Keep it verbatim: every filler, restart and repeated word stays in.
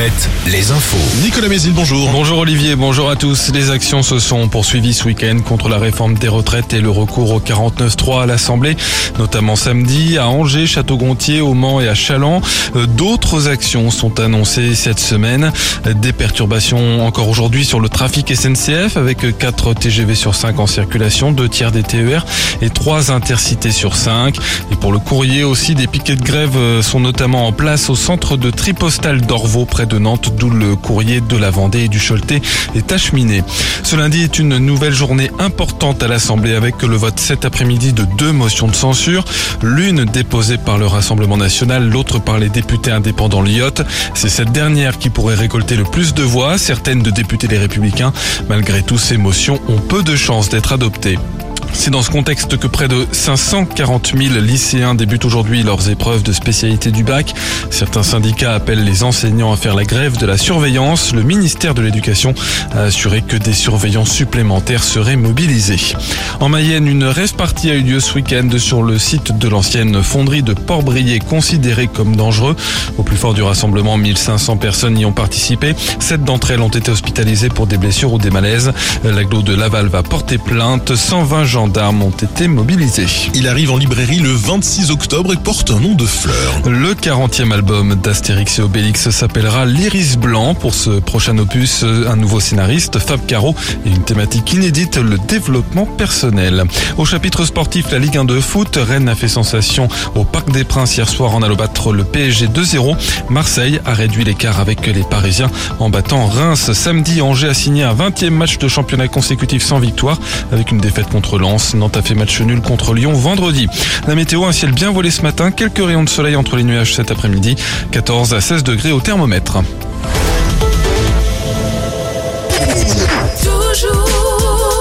sept, les infos. Nicolas Mézil, bonjour. Bonjour Olivier, bonjour à tous. Les actions se sont poursuivies ce week-end contre la réforme des retraites et le recours au quarante-neuf trois à l'Assemblée, notamment samedi à Angers, Château-Gontier, au Mans et à Challans. D'autres actions sont annoncées cette semaine. Des perturbations encore aujourd'hui sur le trafic S N C F avec quatre T G V sur cinq en circulation, deux tiers des T E R et trois intercités sur cinq. Et pour le courrier aussi, des piquets de grève sont notamment en place au centre de tri postal d'Orvaux près de Nantes, d'où le courrier de la Vendée et du Choletais est acheminé. Ce lundi est une nouvelle journée importante à l'Assemblée avec le vote cet après-midi de deux motions de censure, l'une déposée par le Rassemblement national, l'autre par les députés indépendants L I O T. C'est cette dernière qui pourrait récolter le plus de voix, certaines de députés les Républicains. Malgré tout, ces motions ont peu de chances d'être adoptées. C'est dans ce contexte que près de cinq cent quarante mille lycéens débutent aujourd'hui leurs épreuves de spécialité du bac. Certains syndicats appellent les enseignants à faire la grève de la surveillance. Le ministère de l'Éducation a assuré que des surveillants supplémentaires seraient mobilisés. En Mayenne, une rave-party a eu lieu ce week-end sur le site de l'ancienne fonderie de Port-Brillet, considérée comme dangereux. Au plus fort du rassemblement, mille cinq cents personnes y ont participé. Sept d'entre elles ont été hospitalisées pour des blessures ou des malaises. L'agglo de Laval va porter plainte. cent vingt gendarmes ont été mobilisés. Il arrive en librairie le vingt-six octobre et porte un nom de fleur. Le quarantième album d'Astérix et Obélix s'appellera L'Iris Blanc. Pour ce prochain opus, un nouveau scénariste, Fab Caro, et une thématique inédite, le développement personnel. Au chapitre sportif, la Ligue un de foot, Rennes a fait sensation au Parc des Princes hier soir en allant battre le P S G deux zéro. Marseille a réduit l'écart avec les Parisiens en battant Reims. Samedi, Angers a signé un vingtième match de championnat consécutif sans victoire avec une défaite contre Lens. Nantes a fait match nul contre Lyon vendredi. La météo, un ciel bien voilé ce matin, quelques rayons de soleil entre les nuages cet après-midi, quatorze à seize degrés au thermomètre. Toujours